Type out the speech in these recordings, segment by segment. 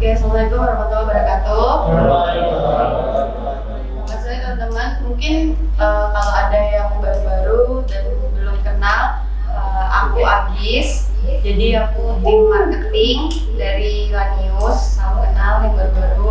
Oke, assalamualaikum warahmatullahi wabarakatuh. Selamat sore teman-teman. Mungkin kalau ada yang baru-baru dan belum kenal, aku Agis. Jadi aku tim marketing dari Lanius. Salam kenal yang baru-baru.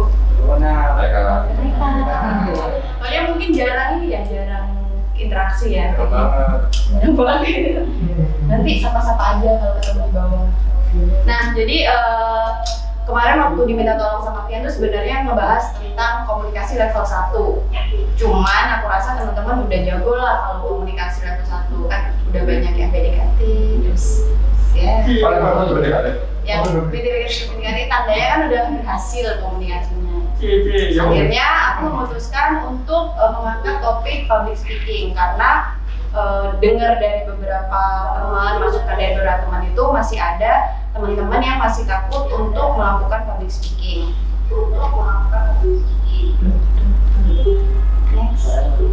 Pokoknya mungkin jarang interaksi ya. Jarang banget. Nanti sapa-sapa aja kalau ketemu di bawah. Nah, jadi kemarin waktu diminta tolong sama Kian tuh sebenarnya ngebahas tentang komunikasi level 1. Cuman aku rasa teman-teman udah jago lah kalau komunikasi level 1 kan udah banyak yang PDKT terus ya. Yang PDKT tandanya kan udah berhasil komunikasinya. Akhirnya aku memutuskan untuk mengangkat topik public speaking karena dengar dari beberapa teman, masukan dari beberapa teman itu masih ada teman-teman yang masih takut untuk melakukan public speaking. Next.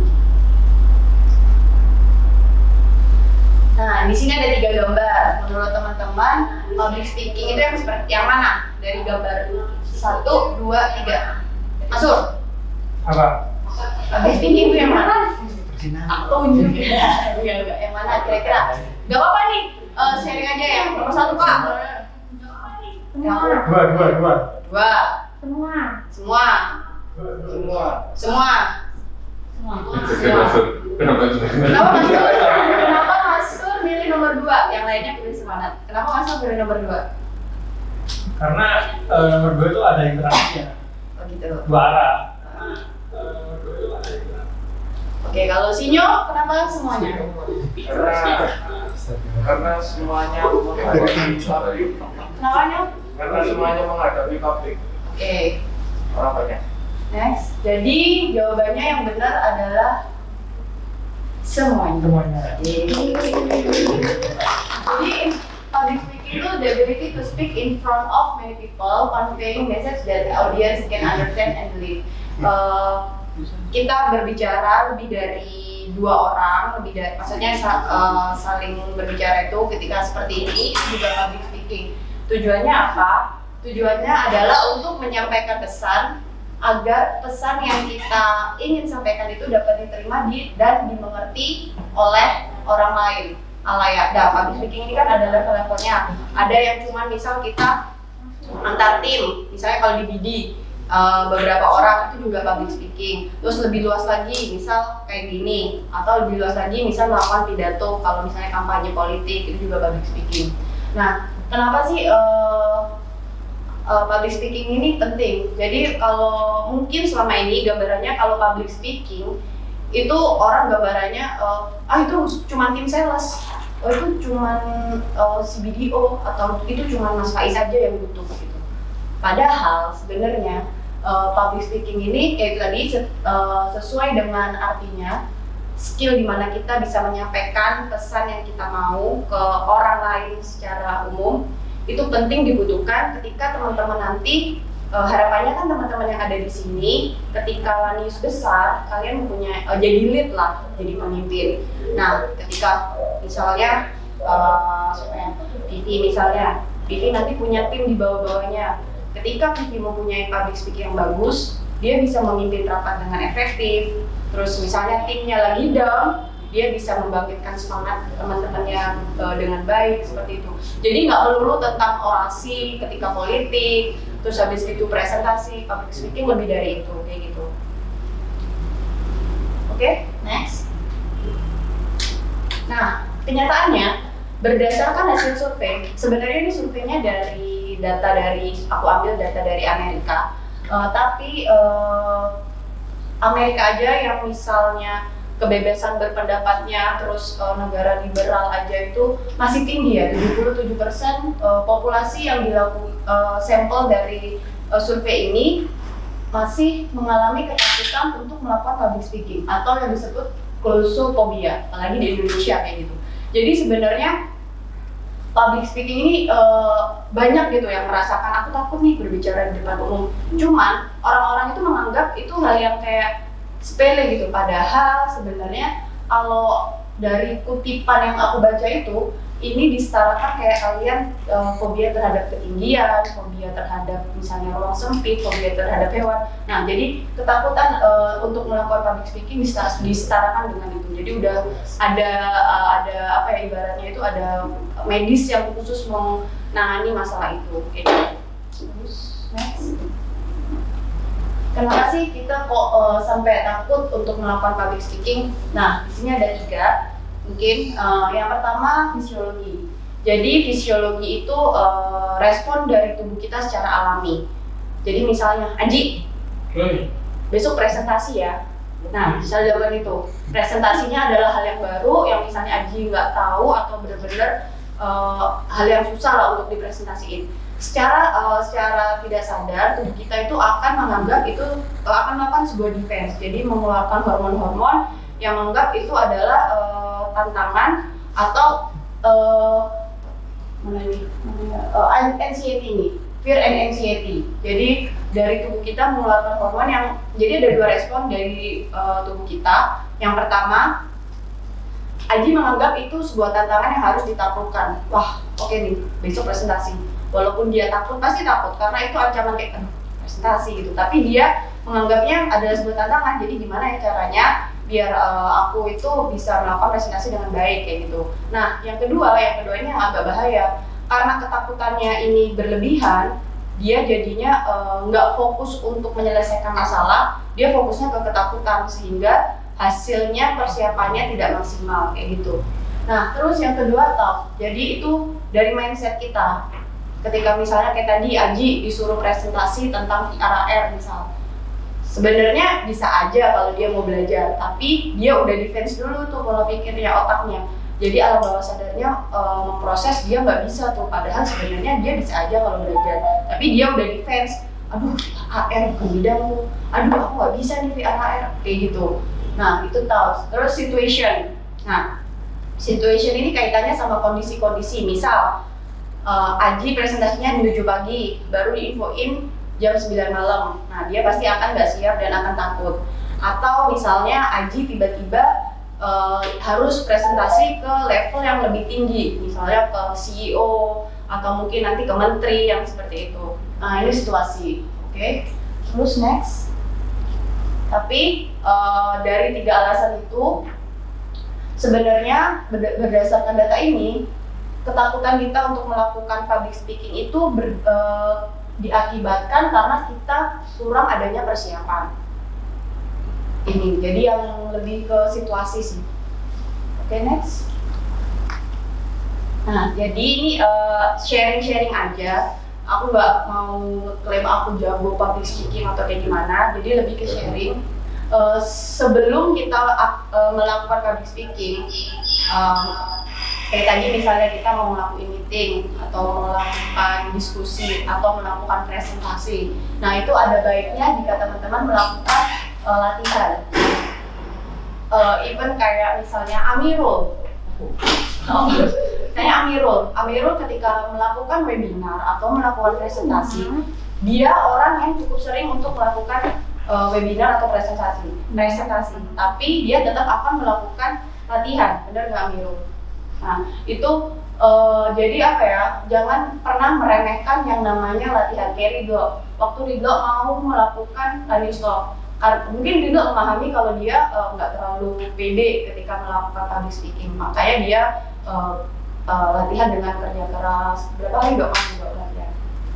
Nah, di sini ada 3 gambar. Menurut teman-teman, public speaking itu yang seperti yang mana? Dari gambar 1, 2, 3. Masuk. Apa? Public speaking itu yang mana? Aku juga. Enggak. Yang mana kira-kira? Gak apa-apa nih. Sharing aja ya. Nomor 1 Kak. Dua. Semua. Kenapa Masur milih nomor 2? Yang lainnya pilih semangat. Kenapa Masur pilih nomor 2? Karena nomor 2 itu ada interaksinya. Oh gitu. 2 arah. Oke, kalau Sinyo, kenapa semuanya? Karena semuanya menghadapi publik. Kenapanya? Karena semuanya menghadapi publik. Oke. Orang banyak. Next. Jadi jawabannya yang benar adalah semuanya. Jadi public speaking itu the ability to speak in front of many people, conveying message that the audience can understand and believe. Kita berbicara lebih dari 2 orang, maksudnya saling berbicara itu ketika seperti ini itu juga public speaking. Tujuannya apa? Tujuannya adalah untuk menyampaikan pesan agar pesan yang kita ingin sampaikan itu dapat diterima dan dimengerti oleh orang lain. Public speaking ini kan ada level-levelnya. Ada yang cuma misal kita antar tim, misalnya kalau di BD beberapa orang itu juga public speaking. Terus lebih luas lagi, misal kayak gini, atau lebih luas lagi, misal melakukan pidato. Kalau misalnya kampanye politik itu juga public speaking. Nah, kenapa sih public speaking ini penting? Jadi kalau mungkin selama ini gambarannya kalau public speaking itu orang gambarannya itu cuma tim sales, itu cuma si BDO atau itu cuma Mas Faiz aja yang butuh gitu. Padahal sebenarnya public speaking ini kayak tadi sesuai dengan artinya skill di mana kita bisa menyampaikan pesan yang kita mau ke orang lain secara umum itu penting dibutuhkan ketika teman-teman nanti harapannya kan teman-teman yang ada di sini ketika Lanius besar kalian mempunyai jadi lead lah, jadi pemimpin. Nah, ketika misalnya Vivi nanti punya tim di bawah-bawahnya. Ketika Vivi mempunyai public speaking yang bagus, dia bisa memimpin rapat dengan efektif. Terus misalnya timnya lagi down, dia bisa membangkitkan semangat teman-temannya dengan baik seperti itu. Jadi nggak melulu tentang orasi ketika politik, terus habis itu presentasi, public speaking lebih dari itu, kayak gitu. Oke, next. Nah, kenyataannya berdasarkan hasil survei, sebenarnya ini surveinya aku ambil data dari Amerika, tapi Amerika aja yang misalnya kebebasan berpendapatnya, terus negara liberal aja itu masih tinggi ya, 77% populasi yang sampel dari survei ini masih mengalami ketakutan untuk melakukan public speaking atau yang disebut klausophobia, apalagi di Indonesia kayak gitu. Jadi sebenarnya public speaking ini banyak gitu yang merasakan aku takut nih berbicara di depan umum. Cuman orang-orang itu menganggap itu hal yang kayak sepele gitu. Padahal sebenarnya kalau dari kutipan yang aku baca itu ini disetarakan kayak kalian fobia terhadap ketinggian, fobia terhadap misalnya ruang sempit, fobia terhadap hewan. Nah, jadi ketakutan untuk melakukan public speaking disetarakan dengan itu. Jadi udah ada apa ya, ibaratnya itu ada medis yang khusus menangani masalah itu. Oke. Terus next. Kenapa sih kita kok sampai takut untuk melakukan public speaking? Nah, di sini ada 3. Mungkin yang pertama fisiologi. Jadi fisiologi itu respon dari tubuh kita secara alami. Jadi misalnya, Anji, besok presentasi ya. Nah, misalnya jawaban itu, presentasinya adalah hal yang baru, yang misalnya Anji nggak tahu atau benar-benar hal yang susah lah untuk dipresentasiin. Secara tidak sadar, tubuh kita itu akan menganggap itu akan melakukan sebuah defense. Jadi mengeluarkan hormon-hormon yang menganggap itu adalah tantangan atau anxiety ini, fear and anxiety. Jadi dari tubuh kita mengeluarkan hormon yang, jadi ada 2 respon dari tubuh kita. Yang pertama, Aji menganggap itu sebuah tantangan yang harus ditaklukkan. Wah, oke nih, besok presentasi. Walaupun dia takut, pasti takut karena itu ancaman kayak presentasi gitu. Tapi dia menganggapnya adalah sebuah tantangan. Jadi gimana ya caranya biar aku itu bisa melakukan presentasi dengan baik kayak gitu. Nah, yang kedua ini yang agak bahaya. Karena ketakutannya ini berlebihan, dia jadinya nggak fokus untuk menyelesaikan masalah, dia fokusnya ke ketakutan sehingga hasilnya persiapannya tidak maksimal kayak gitu. Nah, terus yang kedua jadi itu dari mindset kita. Ketika misalnya kayak tadi Aji disuruh presentasi tentang VRAR misal, sebenarnya bisa aja kalau dia mau belajar, tapi dia udah defense dulu tuh kalau pikirnya, otaknya. Jadi alam bawah sadarnya memproses dia nggak bisa tuh, padahal sebenarnya dia bisa aja kalau belajar, tapi dia udah defense. Aduh, VRAR bukan bidangmu. Aduh, aku nggak bisa nih VRAR kayak gitu. Nah, itu Terus situation. Nah, situation ini kaitannya sama kondisi-kondisi. Misal Aji presentasinya jam 7 pagi, baru diinfoin jam 9 malam. Nah, dia pasti akan nggak siap dan akan takut. Atau misalnya Aji tiba-tiba harus presentasi ke level yang lebih tinggi, misalnya ke CEO atau mungkin nanti ke menteri yang seperti itu. Nah, ini situasi. Oke. Terus next. Tapi dari 3 alasan itu sebenarnya berdasarkan data ini, ketakutan kita untuk melakukan public speaking itu diakibatkan karena kita kurang adanya persiapan. Ini jadi yang lebih ke situasi sih. Oke, next. Nah, jadi ini sharing-sharing aja. Aku nggak mau klaim aku jago public speaking atau kayak gimana, jadi lebih ke sharing. Sebelum kita melakukan public speaking, kayak tadi misalnya kita mau melakukan meeting atau melakukan diskusi atau melakukan presentasi. Nah, itu ada baiknya jika teman-teman melakukan latihan. Even kayak misalnya Amirul. Kayak Amirul ketika melakukan webinar atau melakukan presentasi, dia orang yang cukup sering untuk melakukan webinar atau presentasi. Tapi dia tetap akan melakukan latihan, benar nggak Amirul? Nah, itu jadi apa ya, jangan pernah meremehkan yang namanya latihan. Kayak Ridho, waktu Ridho mau melakukan Tanius Talk, mungkin Ridho memahami kalau dia nggak terlalu pede ketika melakukan public speaking, makanya dia latihan dengan kerja keras. Berapa hari nggak latihan?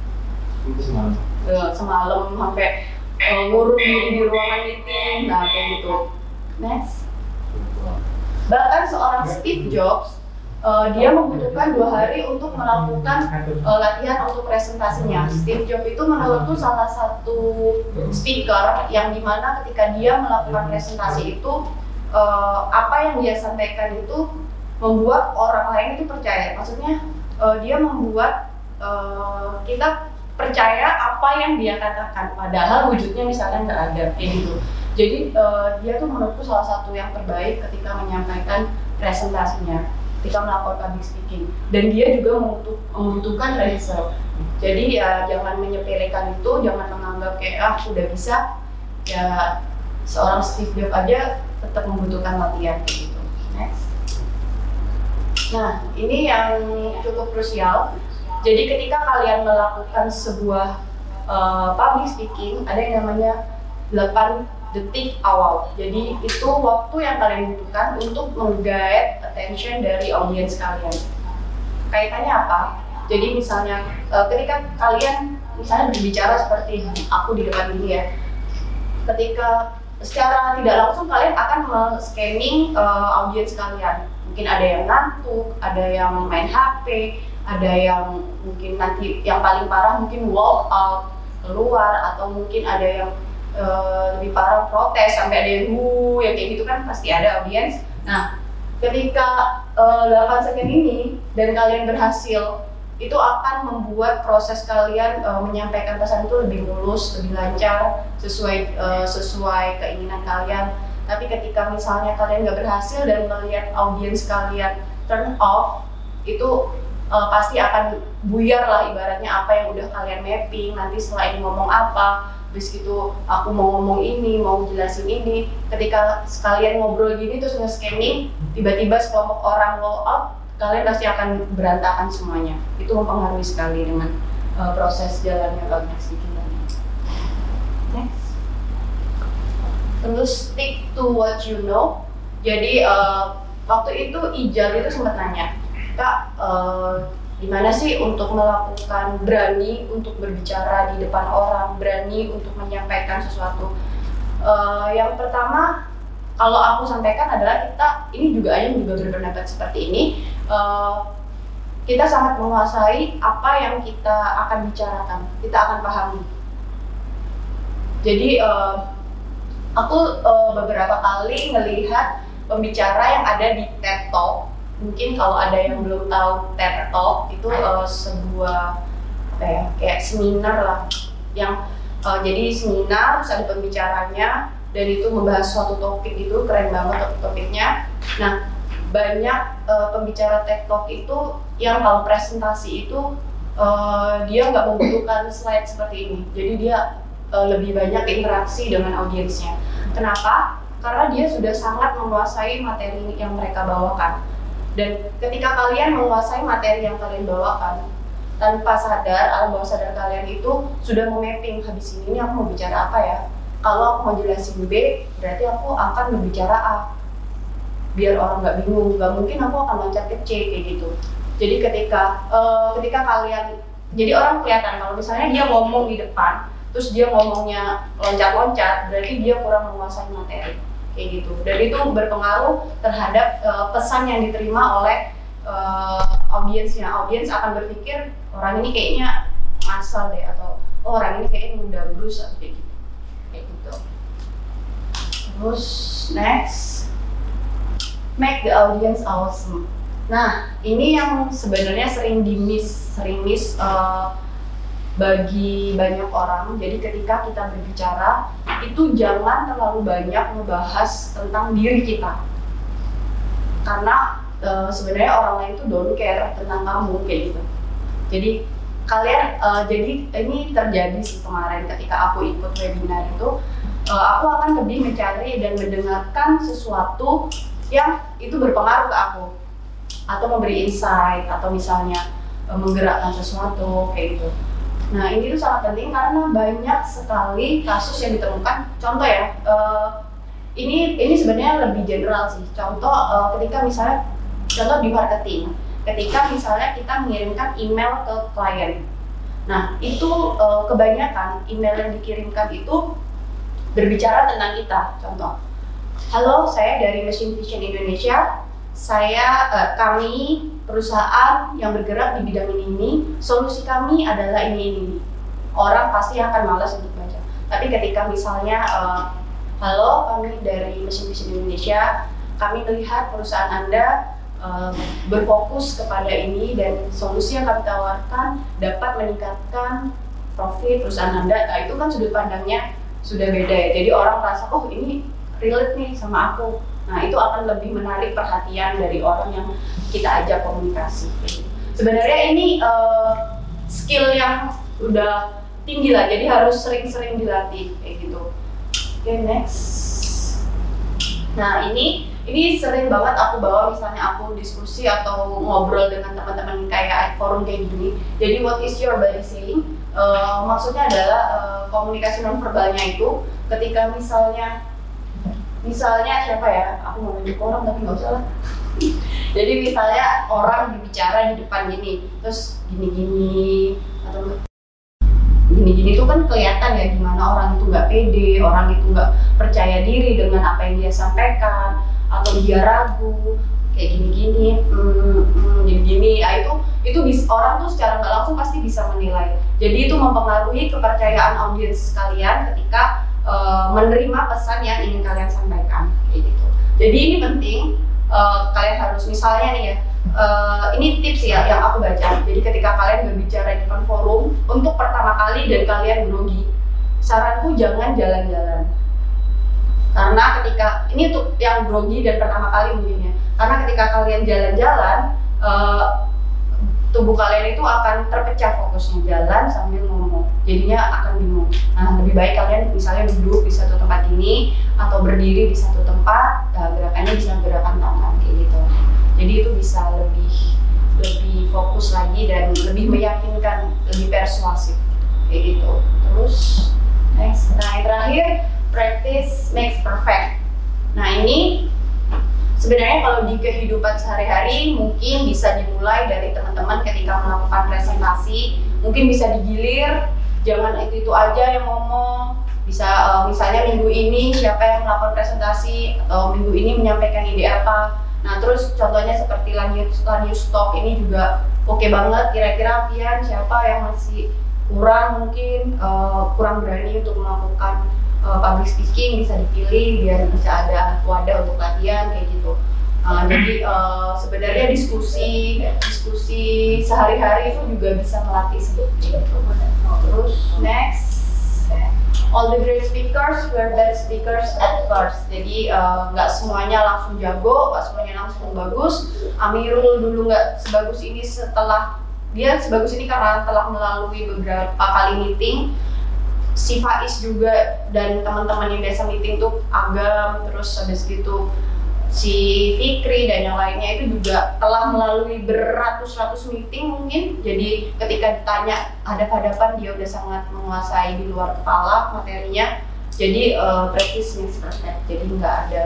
Semalam sampai ngurung di ruangan meeting, nah kayak gitu. Next. Bahkan seorang Steve Jobs, dia membutuhkan 2 hari untuk melakukan latihan untuk presentasinya. Steve Jobs itu menurutku salah satu speaker yang dimana ketika dia melakukan presentasi itu, apa yang dia sampaikan itu membuat orang lain itu percaya. Maksudnya dia membuat kita percaya apa yang dia katakan, padahal wujudnya misalnya nggak ada kayak gitu. Jadi dia tuh menurutku salah satu yang terbaik ketika menyampaikan presentasinya, ketika melakukan public speaking. Dan dia juga membutuhkan rehearsal. Jadi ya jangan menyepelekan itu, jangan menganggap kayak udah bisa. Ya seorang Steve Jobs aja tetap membutuhkan latihan kayak gitu. Next. Nah, ini yang cukup krusial. Jadi ketika kalian melakukan sebuah public speaking, ada yang namanya 8 detik awal. Jadi itu waktu yang kalian butuhkan untuk meng-guide attention dari audiens kalian. Kaitannya apa? Jadi misalnya ketika kalian misalnya berbicara seperti aku di depan ini ya, ketika secara tidak langsung kalian akan men-scanning audiens kalian. Mungkin ada yang ngantuk, ada yang main HP, ada yang mungkin nanti yang paling parah mungkin walk out keluar, atau mungkin ada yang lebih parah protes sampai ada yang yang kayak gitu kan pasti ada audiens. Nah, ketika 8 second ini dan kalian berhasil, itu akan membuat proses kalian menyampaikan pesan itu lebih mulus, lebih lancar, sesuai keinginan kalian. Tapi ketika misalnya kalian nggak berhasil dan melihat audiens kalian turn off, itu pasti akan buyar lah ibaratnya apa yang udah kalian mapping. Nanti setelah ini ngomong apa, habis gitu aku mau ngomong ini, mau jelasin ini. Ketika sekalian ngobrol gini terus nge-scanning, tiba-tiba sekelompok orang roll out, kalian pasti akan berantakan semuanya. Itu mempengaruhi sekali dengan proses jalannya public speaking tadi. Next. Terus stick to what you know. Jadi waktu itu Ijal itu sempat nanya, Kak, gimana sih untuk melakukan berani untuk berbicara di depan orang, berani untuk menyampaikan sesuatu? Yang pertama, kalau aku sampaikan adalah ini juga Ayam juga berpendapat seperti ini. Kita sangat menguasai apa yang kita akan bicarakan, kita akan pahami. Jadi aku beberapa kali melihat pembicara yang ada di TED Talk. Mungkin kalau ada yang belum tahu TED Talk itu sebuah kayak seminar lah, yang jadi seminar terus ada pembicaranya dan itu membahas suatu topik, itu keren banget topiknya. Nah, banyak pembicara TED Talk itu yang kalau presentasi itu dia nggak membutuhkan slide seperti ini, jadi dia lebih banyak interaksi dengan audiensnya. Kenapa? Karena dia sudah sangat menguasai materi yang mereka bawakan. Dan ketika kalian menguasai materi yang kalian bawakan, tanpa sadar, alam bawah sadar kalian itu sudah memapping, habis ini aku mau bicara apa ya? Kalau aku mau jelasin B, berarti aku akan berbicara A. Biar orang nggak bingung, nggak mungkin aku akan loncat ke C kayak gitu. Jadi ketika kalian, jadi orang kelihatan kalau misalnya dia ngomong di depan, terus dia ngomongnya loncat-loncat, berarti dia kurang menguasai materi. Kayak gitu, dan itu berpengaruh terhadap pesan yang diterima oleh audiensnya. Audiens akan berpikir orang ini kayaknya ngasal deh, atau orang ini kayaknya mudah brus atau kayak gitu. Terus next, make the audience awesome. Nah, ini yang sebenarnya sering miss bagi banyak orang. Jadi ketika kita berbicara itu jangan terlalu banyak membahas tentang diri kita, karena sebenarnya orang lain itu don't care tentang kamu kayak gitu. Jadi kalian jadi ini terjadi sih kemarin ketika aku ikut webinar itu, aku akan lebih mencari dan mendengarkan sesuatu yang itu berpengaruh ke aku, atau memberi insight, atau misalnya menggerakkan sesuatu kayak gitu. Nah, ini tuh sangat penting karena banyak sekali kasus yang ditemukan. Contoh ya, ini sebenarnya lebih general sih. Contoh ketika misalnya, contoh di marketing, ketika misalnya kita mengirimkan email ke klien. Nah, itu kebanyakan email yang dikirimkan itu berbicara tentang kita. Contoh, halo, saya dari Machine Vision Indonesia. Kami perusahaan yang bergerak di bidang ini, solusi kami adalah ini. Orang pasti akan malas untuk baca. Tapi ketika misalnya, halo, kami dari Machine Vision Indonesia, kami melihat perusahaan Anda berfokus kepada ini dan solusi yang kami tawarkan dapat meningkatkan profit perusahaan Anda. Nah, itu kan sudut pandangnya sudah beda ya. Jadi orang merasa, oh ini relate nih sama aku. Nah, itu akan lebih menarik perhatian dari orang yang kita ajak komunikasi. Sebenarnya ini skill yang udah tinggi lah, jadi harus sering-sering dilatih kayak gitu. Oke, next. Nah, ini ini sering banget aku bawa, misalnya aku diskusi atau ngobrol dengan teman-teman kayak forum kayak gini. Jadi what is your body saying? Maksudnya adalah komunikasi nonverbalnya itu ketika misalnya siapa ya, aku mau nunjuk orang tapi nggak usah lah. Jadi misalnya orang berbicara di depan gini, terus gini-gini atau gini-gini tuh kan kelihatan ya gimana orang itu nggak pede, orang itu nggak percaya diri dengan apa yang dia sampaikan, atau dia ragu kayak gini-gini, gini-gini. Itu orang tuh secara nggak langsung pasti bisa menilai. Jadi itu mempengaruhi kepercayaan audiens kalian ketika menerima pesan yang ingin kalian sampaikan kayak gitu. Jadi ini penting, kalian harus misalnya nih ya, ini tips ya yang aku baca. Jadi ketika kalian berbicara di depan forum untuk pertama kali dan kalian grogi, saranku jangan jalan-jalan. Karena ketika ini untuk yang grogi dan pertama kali mungkin ya, karena ketika kalian jalan-jalan, tubuh kalian itu akan terpecah fokusnya, jalan sambil ngomong, jadinya akan bingung. Nah, lebih baik kalian misalnya duduk di satu tempat ini atau berdiri di satu tempat, gerakannya bisa gerakan tangan kayak gitu. Jadi itu bisa lebih fokus lagi dan lebih meyakinkan, lebih persuasif kayak gitu. Terus next, nah yang terakhir, practice makes perfect. Nah ini sebenarnya kalau di kehidupan sehari-hari mungkin bisa dimulai dari teman-teman ketika melakukan presentasi, mungkin bisa digilir, jangan itu aja yang ngomong. Bisa misalnya minggu ini siapa yang melakukan presentasi atau minggu ini menyampaikan ide apa. Nah terus contohnya seperti Lanius Talk ini juga oke banget. Kira-kira Pian siapa yang masih kurang mungkin kurang berani untuk melakukan public speaking, bisa dipilih biar bisa ada wadah untuk latihan kayak gitu. Jadi sebenarnya diskusi sehari-hari itu juga bisa melatih seperti itu. Terus next, all the great speakers were bad speakers at first. Jadi nggak semuanya langsung jago, nggak semuanya langsung bagus. Amirul dulu nggak sebagus ini, dia sebagus ini karena telah melalui beberapa kali meeting. Si Faiz juga dan teman-teman yang biasa meeting tuh Agam, terus habis gitu si Fikri dan yang lainnya itu juga telah melalui beratus-ratus meeting mungkin. Jadi ketika ditanya hadap-hadapan dia udah sangat menguasai di luar kepala materinya. Jadi practice makes perfect. Jadi nggak ada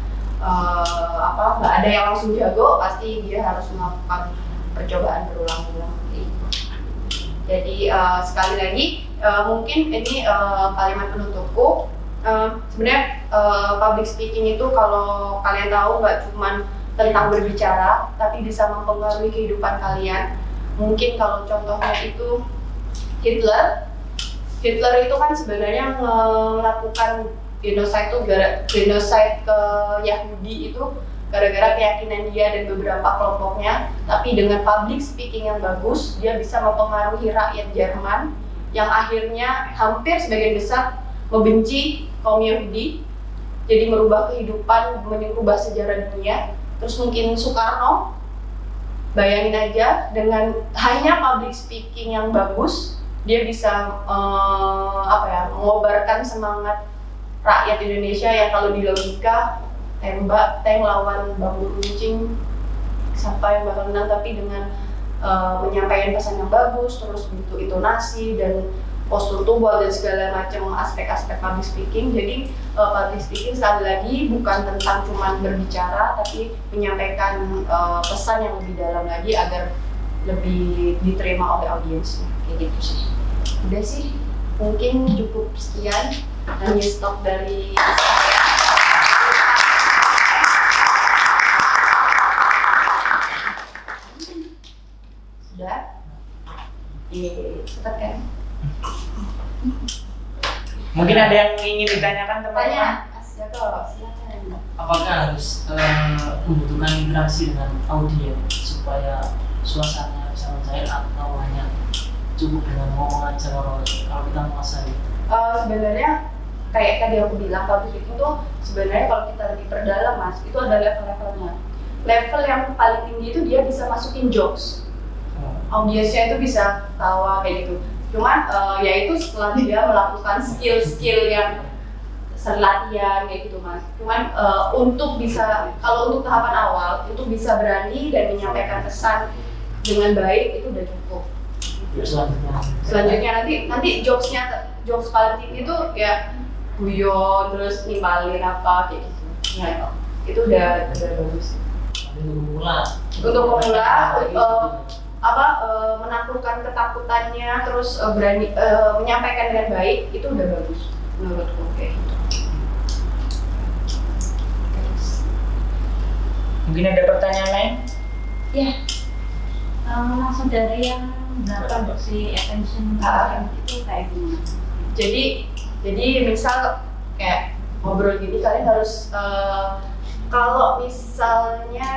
yang langsung jago, pasti dia harus melakukan percobaan berulang-ulang. Jadi sekali lagi mungkin ini kalimat penutupku. Sebenarnya public speaking itu kalau kalian tahu nggak cuma tentang berbicara, tapi bisa mempengaruhi kehidupan kalian. Mungkin kalau contohnya itu Hitler itu kan sebenarnya melakukan genocide ke Yahudi itu gara-gara keyakinan dia dan beberapa kelompoknya. Tapi dengan public speaking yang bagus, dia bisa mempengaruhi rakyat Jerman yang akhirnya hampir sebagian besar membenci kaum Yahudi, jadi merubah kehidupan, merubah sejarah dunia. Terus mungkin Soekarno, bayangin aja dengan hanya public speaking yang bagus, dia bisa mengobarkan semangat rakyat Indonesia yang kalau di logika tembak tank lawan bambu runcing, siapa yang bakal menang, tapi dengan menyampaikan pesan yang bagus, terus begitu intonasi dan postur tubuh dan segala macam aspek-aspek public speaking. Jadi public speaking sekali lagi bukan tentang cuma berbicara, tapi menyampaikan pesan yang lebih dalam lagi agar lebih diterima oleh audiensnya. Kayak gitu sih. Udah sih, mungkin cukup sekian. Hanya stop dari saya. Sudah? Cepat kan? Mungkin ada yang ingin ditanyakan teman-teman? Tanya, silakan. Apakah harus membutuhkan interaksi dengan audiens supaya suasana bisa mencair atau hanya cukup dengan ngomong aja kalau kita menguasai? Sebenarnya kayak tadi aku bilang, public speaking itu sebenarnya kalau kita lebih perdalam mas, itu ada level-levelnya. Level yang paling tinggi itu dia bisa masukin jokes, audiensnya itu bisa tawa kayak gitu. Cuman ya itu setelah dia melakukan skill-skill yang sering latihan kayak gitu mas. Cuman untuk bisa, kalau untuk tahapan awal untuk bisa berani dan menyampaikan pesan dengan baik itu udah cukup. Selanjutnya nanti jokes paling tinggi itu ya guyon terus nimpalin apa kayak gitu. Ya itu udah bagus. Untuk pemula menaklukkan ketakutannya terus berani menyampaikan dengan baik itu udah bagus menurutku kayak gitu. Mungkin ada pertanyaan lain? Ya, langsung dari yang produksi attention itu kayak gimana? Jadi misal kayak ngobrol gini kalian harus kalau misalnya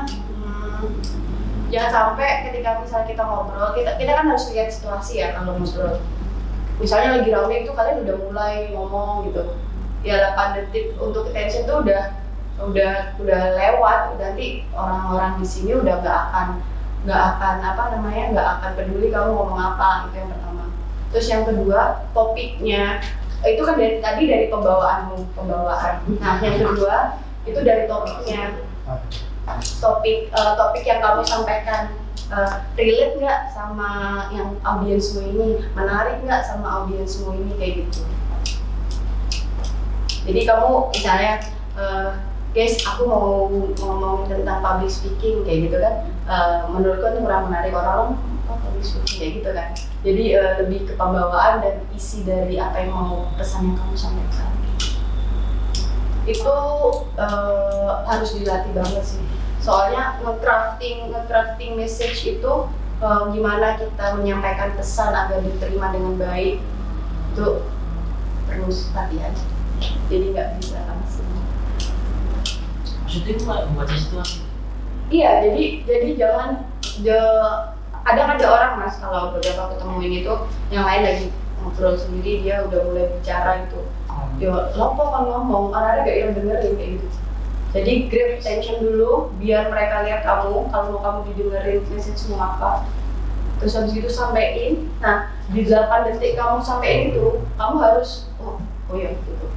jangan sampai ketika misalnya kita ngobrol kita kan harus lihat situasi ya kalau ngobrol. Misalnya lagi rame itu kalian udah mulai ngomong gitu. Ya 8 detik untuk attention tuh udah lewat, nanti orang-orang di sini udah nggak akan peduli kamu ngomong apa, itu yang pertama. Terus yang kedua topiknya itu kan dari pembawaan. Nah yang kedua itu dari topiknya, topik yang kamu sampaikan relate nggak sama yang audiensmu ini, menarik nggak sama audiensmu ini kayak gitu. Jadi kamu misalnya guys, aku mau ngomong tentang public speaking kayak gitu kan, menurutku itu kurang menarik orang public speaking kayak gitu kan. Jadi lebih ke pembawaan dan isi dari apa yang mau pesan yang kamu sampaikan. Itu harus dilatih banget sih. Soalnya nge-crafting message itu gimana kita menyampaikan pesan agar diterima dengan baik itu perlu latihan. Jadi nggak bisa langsung. Maksudnya itu membaca situasi? Iya, jadi jangan kadang ada orang mas kalau beberapa ketemuin itu yang lain lagi ngobrol sendiri dia udah mulai bicara gitu. Dia lopo kan ngomong, ada gak yang dengerin kayak gitu. Jadi grab attention dulu biar mereka lihat kamu, kalau mau kamu didengerin message mau apa. Terus habis itu sampein. Nah, di 8 detik kamu sampein itu, kamu harus oh iya gitu.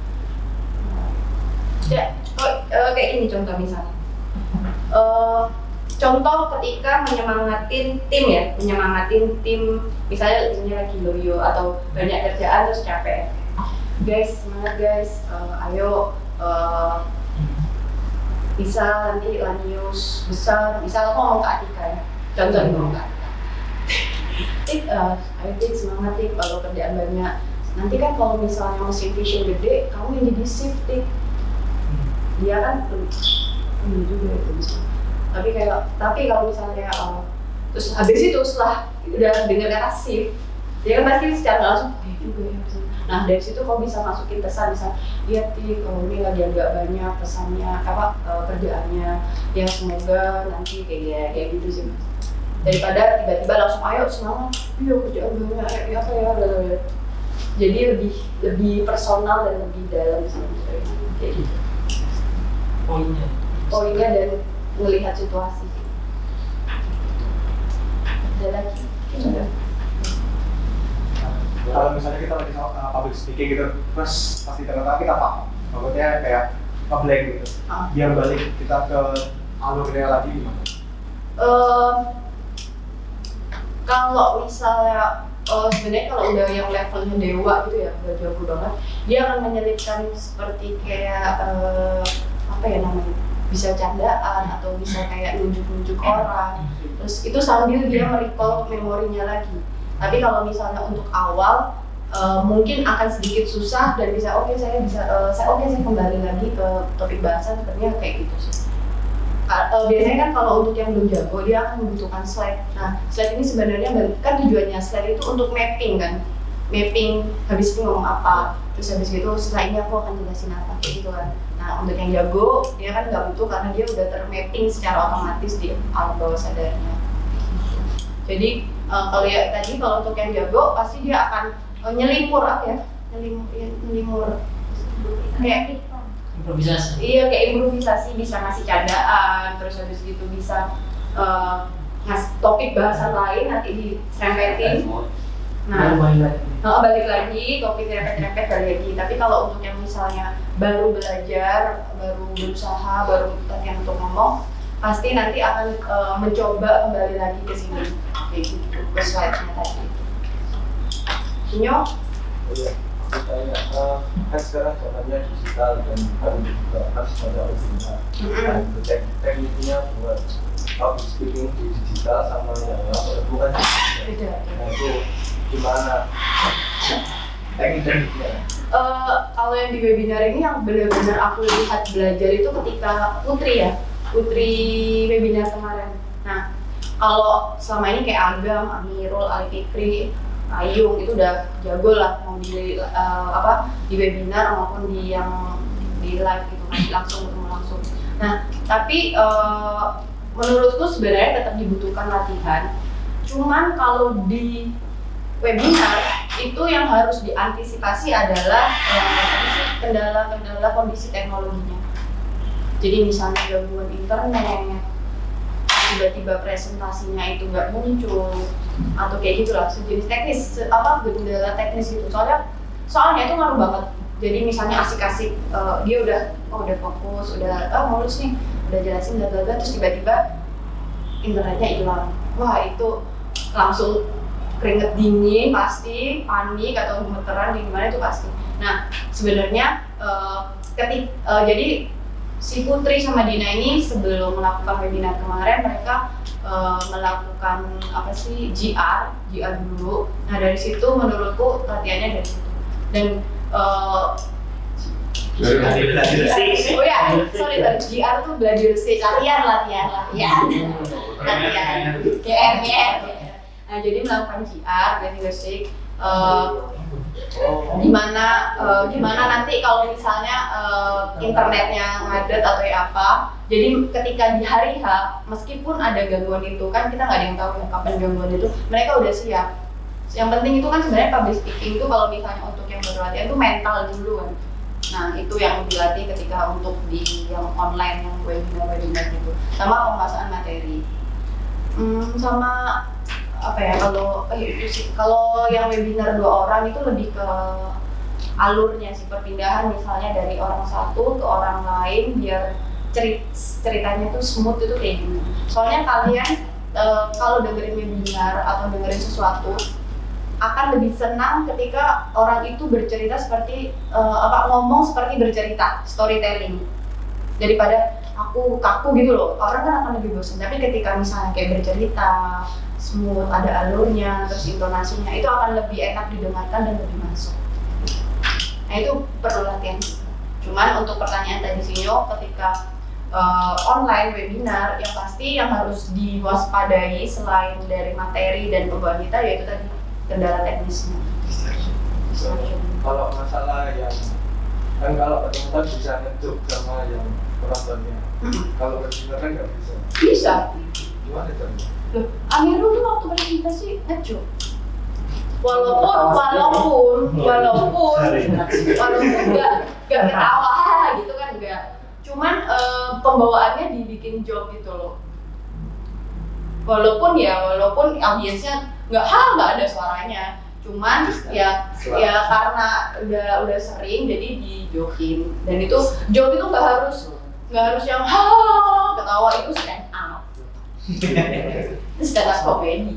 Ya, kayak ini contoh misalnya. Contoh ketika menyemangatin tim misalnya lagi loyo atau banyak kerjaan terus capek. Guys, semangat guys, ayo bisa nanti Lanius besar, misal aku ngomong ke Atika ya, contoh ngomong ke Atika. Ayo Tik, semangat Tik, kalau kerjaan banyak. Nanti kan kalau misalnya mesin vision gede, kamu yang jadi shift Tik. Dia kan ini juga itu bisa. Tapi kalau misalnya terus habis itu setelah udah dengar kata shift, dia kan pasti secara langsung juga ya. Nah dari situ kau bisa masukin pesan, misal lihat Tik, ini lagi agak banyak pesannya kerjaannya, ya semoga nanti kayak gitu sih mas. Daripada tiba-tiba langsung ayo semangat, iya kerjaan banyak ya apa ya. Jadi lebih personal dan lebih dalam sih kayak gitu. Poinnya dan melihat situasi. Ada lagi? Ada. Kalau misalnya kita lagi public speaking gitu, terus pasti ternyata kita paham, maksudnya kayak nge-blank gitu, biar balik kita ke alurnya lagi gimana? Kalau misalnya sebenarnya kalau udah yang levelnya dewa gitu ya, udah jago banget, dia akan menyelipkan seperti kayak apa ya namanya, bisa candaan atau bisa kayak nunjuk-nunjuk orang, terus itu sambil dia merecall memorinya lagi. Tapi kalau misalnya untuk awal mungkin akan sedikit susah dan bisa saya kembali lagi ke topik bahasan sebenarnya kayak gitu sih. Biasanya kan kalau untuk yang belum jago dia akan membutuhkan slide. Nah slide ini sebenarnya kan tujuannya slide itu untuk mapping kan, mapping habis itu ngomong apa, terus habis itu setelah ini aku akan jelasin apa kayak gitu kan. Nah untuk yang jago dia kan nggak butuh karena dia udah termapping secara otomatis di alam bawah sadarnya. Jadi kalau untuk yang jago pasti dia akan nyelimur kayak improvisasi. Iya kayak improvisasi, bisa ngasih candaan, terus habis itu bisa ngasih topik bahasan lain nanti diserempetin. Nah, Baru balik lagi, topik repet-repet balik lagi. Tapi kalau untuk yang misalnya baru belajar, baru berusaha, baru latihan untuk ngomong, pasti nanti akan mencoba kembali lagi ke sini, kayak gitu, ke slide-nya tadi. Sinyo? Iya, aku tanya, kan sekarang zamannya digital dan harus juga harus ada webinar. Nah, itu tekniknya buat public speaking di digital sama yang itu kan Beda. nah itu gimana tekniknya? Kalau yang di webinar ini yang benar-benar aku lihat belajar itu ketika Putri webinar kemarin. Nah, kalau selama ini kayak Agam, Amirul, Ali Fikri, Ayung itu udah jago lah mau di webinar maupun di yang di live gitu kan, langsung ketemu langsung. Nah, tapi menurutku sebenarnya tetap dibutuhkan latihan. Cuman kalau di webinar itu yang harus diantisipasi adalah kendala-kendala kondisi teknologinya. Jadi misalnya gangguan internet, tiba-tiba presentasinya itu nggak muncul, atau kayak gitulah sejenis teknis, kendala teknis itu. Soalnya itu ngaruh banget. Jadi misalnya asik-asik dia udah fokus, udah mulus nih, udah jelasin terus tiba-tiba internetnya hilang. Wah, itu langsung keringet dingin pasti, panik atau gemeteran di mana itu pasti. Nah, sebenarnya jadi si Putri sama Dina ini sebelum melakukan webinar kemarin mereka melakukan GR dulu. Nah, dari situ menurutku latihannya dari situ. Dan GR tuh belajar resik, latihan. Nah, jadi melakukan GR, belajar resik. Gimana nanti kalau misalnya internetnya ngadet atau apa. Jadi ketika di hari H, meskipun ada gangguan itu, kan kita nggak ada yang tahu ya kapan gangguan itu, mereka udah siap. Yang penting itu kan sebenarnya public speaking itu kalau misalnya untuk yang baru latihan itu mental dulu kan. Nah, itu yang dilatih ketika untuk di yang online, yang webinar gitu. Sama penguasaan materi. Sama kalau yang webinar 2 orang itu lebih ke alurnya sih, perpindahan misalnya dari orang satu ke orang lain biar ceritanya tuh smooth itu kayak gini. Soalnya kalian kalau dengerin webinar atau dengerin sesuatu akan lebih senang ketika orang itu bercerita seperti ngomong seperti bercerita, storytelling, daripada aku kaku gitu loh. Orang kan akan lebih bosan. Tapi ketika misalnya kayak bercerita smooth, ada alurnya, terus intonasinya, itu akan lebih enak didengarkan dan lebih masuk. Nah, itu perlu latihan. Cuman untuk pertanyaan tadi Sinyo, ketika online webinar, yang pasti yang harus diwaspadai selain dari materi dan pembawaan kita yaitu tadi kendala teknisnya. Kalau masalah yang kan kalau penonton bisa ngejuk sama yang penontonnya, kalau webinar kan nggak bisa. Bisa. Gimana caranya? Loh, Amirul tuh waktu presentasi ngejuk. Walaupun nggak ketawa gitu kan, nggak. Cuman pembawaannya dibikin joke gitu loh. Walaupun audiensnya nggak ada suaranya. Cuman ya karena udah sering jadi dijokin. Dan itu joke itu nggak harus yang ketawa, itu stand up. Itu stand up komedi.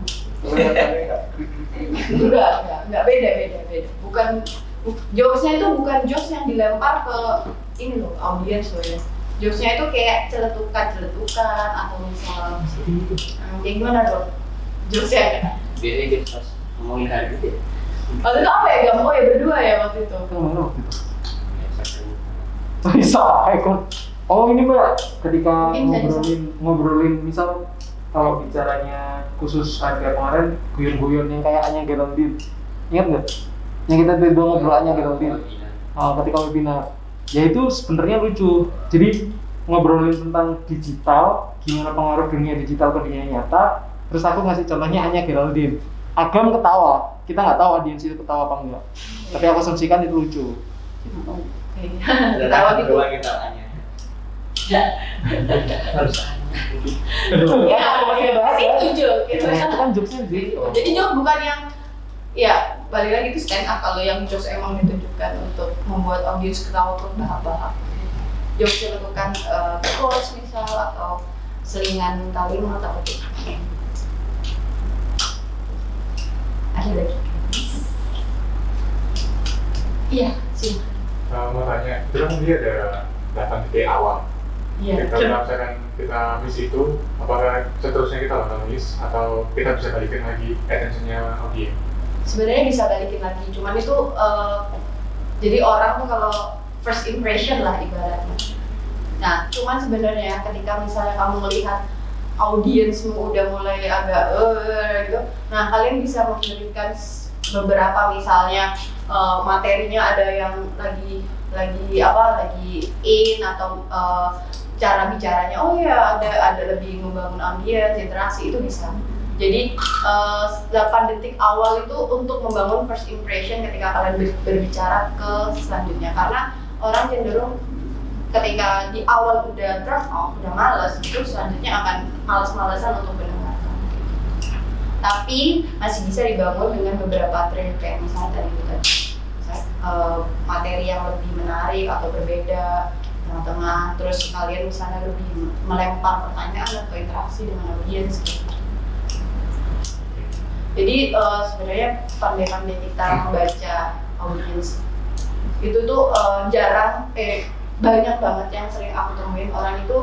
Enggak beda. Bukan jokesnya itu bukan jokes yang dilempar ke ini loh, audiens loh ya. Jokesnya itu kayak celetukan atau misal kayak gimana dong? Jokesnya biasanya kita pas ngomongin hari itu ya. Waktu itu apa ya, Gambo ya berdua ya waktu itu? Bisa, ini Mbak, ketika ngobrolin misal kalau bicaranya khusus harga kemarin guyon-guyon yang kayaknya Geraldine, ingat nggak? Yang kita tiba ngobrolnya Geraldine ketika webinar, ya itu sebenarnya lucu. Jadi ngobrolin tentang digital, gimana pengaruh dunia digital ke dunia nyata. Terus aku ngasih contohnya hanya Geraldine. Agam ketawa, kita nggak tahu audiens itu ketawa apa enggak. Tapi aku asumsikan itu lucu. Ketawa gitu. Kita tanya. Harus. Itu joke gitu. Itu kan jokesnya gitu. Jadi joke bukan yang ya balik lagi itu stand up. Kalau yang jokes emang ditujukan untuk membuat audiens ketawa terbahak-bahak, jokes dilakukan quotes misal atau selingan kalimat atau apa. Ada lagi? Iya sih. Mau tanya, itu kan dia ada 8 titik awal. Iya. Kalau misalkan kita miss itu, apakah seterusnya kita bakal miss atau kita bisa balikin lagi attention-nya audiens? Sebenarnya bisa balikin lagi, cuman itu jadi orang tuh kalau first impression lah ibaratnya. Nah, cuman sebenarnya ketika misalnya kamu melihat audiensmu udah mulai agak gitu, nah kalian bisa memberikan beberapa misalnya materinya ada yang lagi in atau cara bicaranya ada lebih membangun ambience, interaksi, itu bisa. Jadi 8 detik awal itu untuk membangun first impression ketika kalian berbicara ke selanjutnya, karena orang cenderung ketika di awal udah turn off, udah males, itu selanjutnya akan males-malesan untuk mendengarkan. Tapi masih bisa dibangun dengan beberapa trik, kayak misalnya tadi itu materi yang lebih menarik atau berbeda, tengah-tengah, terus kalian misalnya lebih melempar pertanyaan atau interaksi dengan audiens gitu. Jadi sebenarnya pandai-pandai kita membaca audiens itu tuh jarang, banyak banget yang sering aku temuin orang itu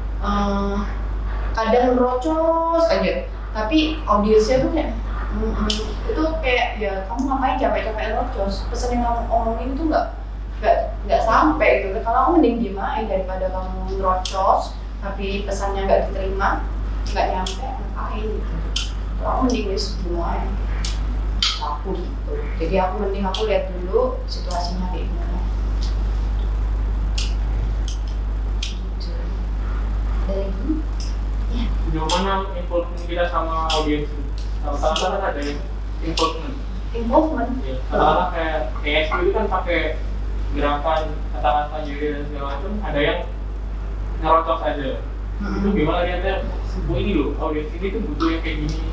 kadang merocos aja, tapi audiensnya tuh kayak itu kayak ya kamu ngapain capek-capek merocos, pesan yang kamu omongin tuh nggak sampai gitu. Kalau kamu mending diem aja daripada kamu merocos tapi pesannya nggak diterima, nggak nyampe, ngapain gitu. Kalau aku mending semua aku gitu. Jadi aku mending lihat dulu situasinya kayak gimana. Dari ini, ya. Sejauh mana involvement kita sama audiens itu? Kadang-kadang kan ada Involvement? Ya, kadang-kadang kayak ESP itu kan pakai gerakan kata-kata jadi dan segala macam, ada yang ngerocok aja. Itu gimana lihatnya? Ini loh, audiens ini tuh butuh yang kayak gini.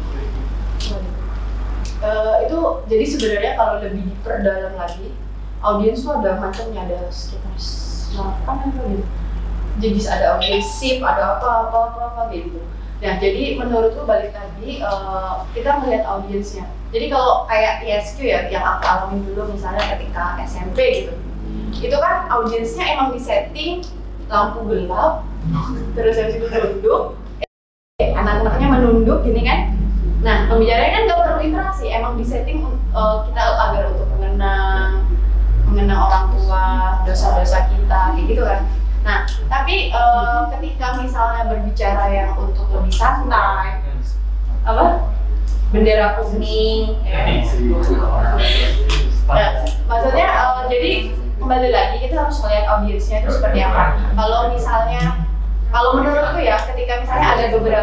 Itu jadi sebenarnya kalau lebih diperdalam lagi, audiens tuh ada macamnya, ada sekitar 8 gitu. Jadi ada audiens sip, ada apa gitu. Nah, jadi menurutku balik tadi kita melihat audiensnya. Jadi kalau kayak ISQ ya, yang aku alamin dulu misalnya ketika SMP gitu, itu kan audiensnya emang disetting lampu gelap, terus habis itu tunduk, anak-anaknya menunduk gini kan. Nah, pembicaranya kan nggak perlu interaksi, emang disetting kita agar untuk mengenang orang tua, dosa-dosa kita, kayak gitu kan. Nah, tapi ketika misalnya berbicara yang untuk lebih santai, bendera kuning, maksudnya jadi kembali lagi kita harus melihat audiensnya itu seperti apa. Kalau menurutku ya, ketika misalnya ada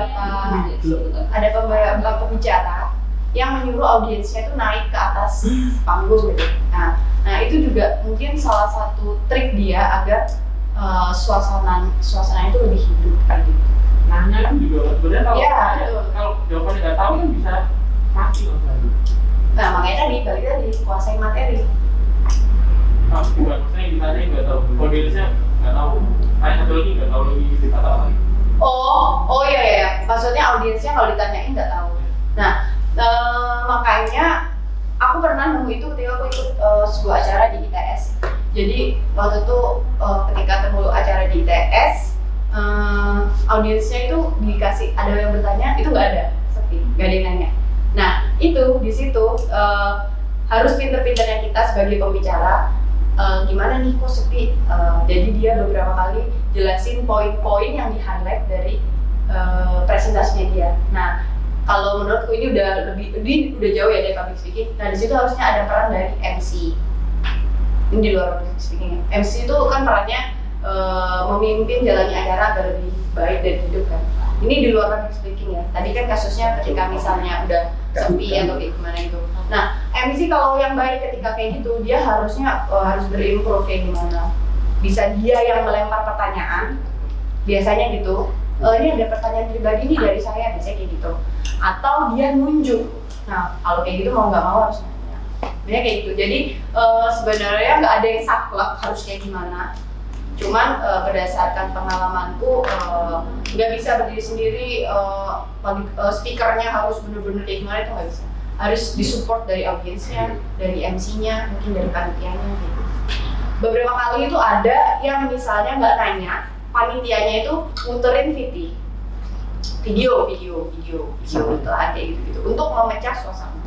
beberapa pembicara yang menyuruh audiensnya itu naik ke atas panggung gitu. Nah itu juga mungkin salah satu trik dia agar suasana itu lebih hidup kayak gitu. Nanya kan juga sebenarnya kalau jawabannya nggak tahu kan bisa mati langsung. Nah makanya tadi balik lagi kuasai materi. Bukan, maksudnya ditanya nggak tahu, audiensnya nggak tahu. Tanya satu lagi nggak tahu lagi kata apa. Oh iya, maksudnya audiensnya kalau ditanyain nggak tahu. Nah makanya aku pernah nemu itu ketika aku ikut sebuah acara di ITS. Jadi waktu itu ketika temu acara di ITS, audiensnya itu dikasih ada yang bertanya, itu nggak ada, sepi, nggak ada yang nanya. Nah itu di situ harus pinter-pinternya kita sebagai pembicara, gimana nih kok sepi. Jadi dia beberapa kali jelasin poin-poin yang di-highlight dari presentasinya dia. Nah kalau menurutku ini udah jauh ya dari public speaking. Nah di situ harusnya ada peran dari MC. Ini di luar public speaking. MC itu kan perannya memimpin jalannya acara agar lebih baik dan hidup kan. Ini di luar public speaking ya. Tadi kan kasusnya ketika misalnya udah sepi atau kayak gimana itu. Nah MC kalau yang baik ketika kayak gitu, dia harusnya harus berimprove kayak gimana. Bisa dia yang melempar pertanyaan, biasanya gitu. Ini ada pertanyaan pribadi nih dari saya, biasanya kayak gitu. Atau dia nunjuk. Nah kalau kayak gitu mau nggak mau harus nanya. Sebenarnya kayak gitu. Jadi sebenarnya nggak ada yang saklek harus kayak gimana. Cuman berdasarkan pengalamanku nggak bisa berdiri sendiri. Speakernya harus bener-bener kayak gimana itu nggak bisa. Harus disupport dari audiensnya, dari MC-nya, mungkin dari panitianya gitu. Beberapa kali itu ada yang misalnya nggak nanya, panitianya itu muterin video itu ada gitu untuk memecah suasana.